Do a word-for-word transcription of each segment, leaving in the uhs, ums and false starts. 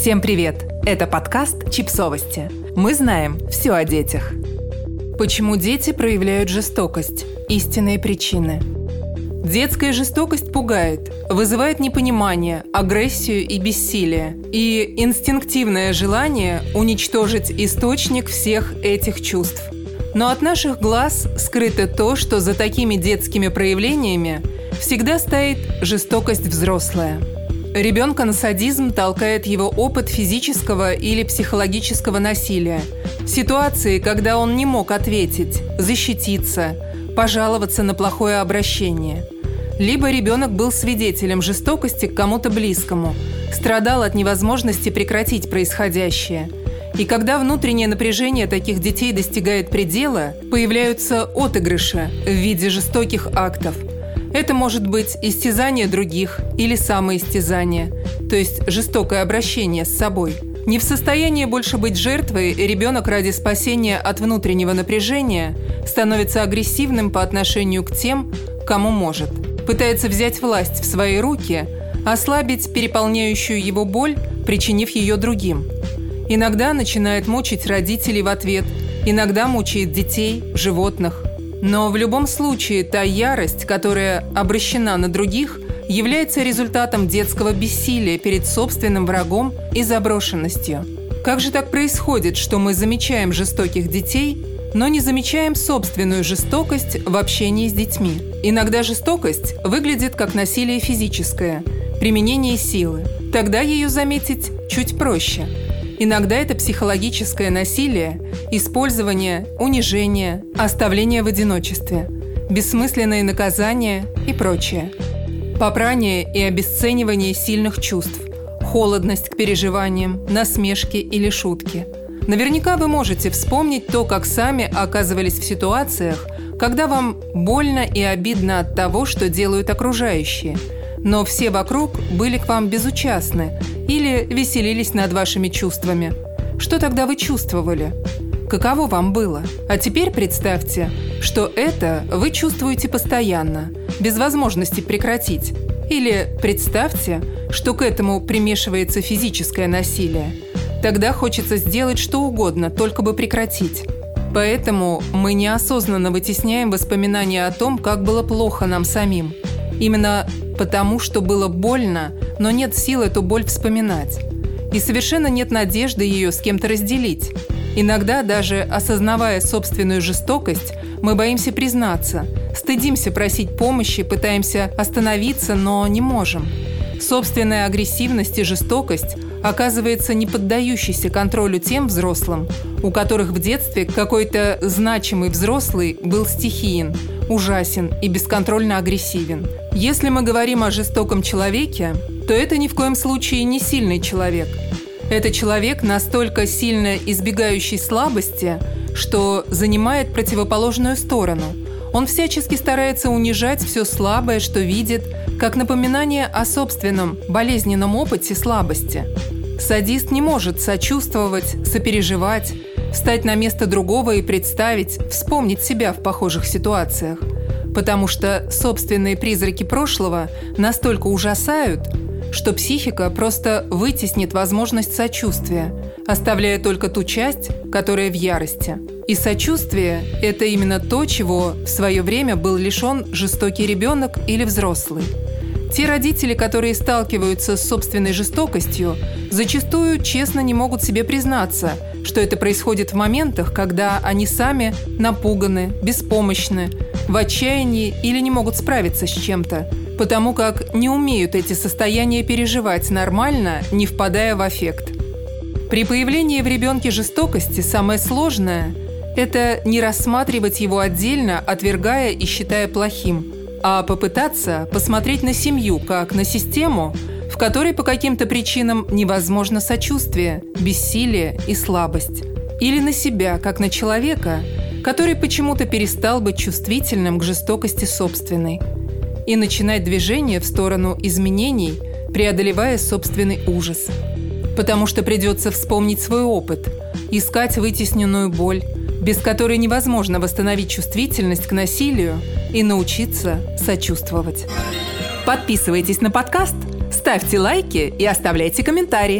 Всем привет! Это подкаст «Чипсовости». Мы знаем все о детях. Почему дети проявляют жестокость? Истинные причины. Детская жестокость пугает, вызывает непонимание, агрессию и бессилие, и инстинктивное желание уничтожить источник всех этих чувств. Но от наших глаз скрыто то, что за такими детскими проявлениями всегда стоит жестокость взрослая. Ребенка на садизм толкает его опыт физического или психологического насилия, ситуации, когда он не мог ответить, защититься, пожаловаться на плохое обращение. Либо ребенок был свидетелем жестокости к кому-то близкому, страдал от невозможности прекратить происходящее. И когда внутреннее напряжение таких детей достигает предела, появляются отыгрыши в виде жестоких актов. Это может быть истязание других или самоистязание, то есть жестокое обращение с собой. Не в состоянии больше быть жертвой, ребенок ради спасения от внутреннего напряжения становится агрессивным по отношению к тем, кому может. Пытается взять власть в свои руки, ослабить переполняющую его боль, причинив ее другим. Иногда начинает мучить родителей в ответ, иногда мучает детей, животных. Но в любом случае та ярость, которая обращена на других, является результатом детского бессилия перед собственным врагом и заброшенностью. Как же так происходит, что мы замечаем жестоких детей, но не замечаем собственную жестокость в общении с детьми? Иногда жестокость выглядит как насилие физическое, применение силы. Тогда ее заметить чуть проще. Иногда это психологическое насилие, использование, унижение, оставление в одиночестве, бессмысленные наказания и прочее. Попрание и обесценивание сильных чувств, холодность к переживаниям, насмешки или шутки. Наверняка вы можете вспомнить то, как сами оказывались в ситуациях, когда вам больно и обидно от того, что делают окружающие, но все вокруг были к вам безучастны или веселились над вашими чувствами. Что тогда вы чувствовали? Каково вам было? А теперь представьте, что это вы чувствуете постоянно, без возможности прекратить. Или представьте, что к этому примешивается физическое насилие. Тогда хочется сделать что угодно, только бы прекратить. Поэтому мы неосознанно вытесняем воспоминания о том, как было плохо нам самим. Именно потому, что было больно, но нет сил эту боль вспоминать. И совершенно нет надежды ее с кем-то разделить. Иногда, даже осознавая собственную жестокость, мы боимся признаться, стыдимся просить помощи, пытаемся остановиться, но не можем. Собственная агрессивность и жестокость оказывается не поддающейся контролю тем взрослым, у которых в детстве какой-то значимый взрослый был стихиен, ужасен и бесконтрольно агрессивен. Если мы говорим о жестоком человеке, то это ни в коем случае не сильный человек. Это человек, настолько сильно избегающий слабости, что занимает противоположную сторону. Он всячески старается унижать все слабое, что видит, как напоминание о собственном болезненном опыте слабости. Садист не может сочувствовать, сопереживать, встать на место другого и представить, вспомнить себя в похожих ситуациях, потому что собственные призраки прошлого настолько ужасают, что психика просто вытеснит возможность сочувствия, оставляя только ту часть, которая в ярости. И сочувствие – это именно то, чего в свое время был лишен жестокий ребенок или взрослый. Те родители, которые сталкиваются с собственной жестокостью, зачастую честно не могут себе признаться, что это происходит в моментах, когда они сами напуганы, беспомощны, в отчаянии или не могут справиться с чем-то, потому как не умеют эти состояния переживать нормально, не впадая в аффект. При появлении в ребенке жестокости самое сложное – это не рассматривать его отдельно, отвергая и считая плохим, а попытаться посмотреть на семью как на систему, в которой по каким-то причинам невозможно сочувствие, бессилие и слабость. Или на себя как на человека, который почему-то перестал быть чувствительным к жестокости собственной. И начинать движение в сторону изменений, преодолевая собственный ужас. Потому что придется вспомнить свой опыт, искать вытесненную боль, без которой невозможно восстановить чувствительность к насилию и научиться сочувствовать. Подписывайтесь на подкаст, ставьте лайки и оставляйте комментарии.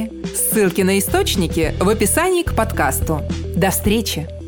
Ссылки на источники в описании к подкасту. До встречи!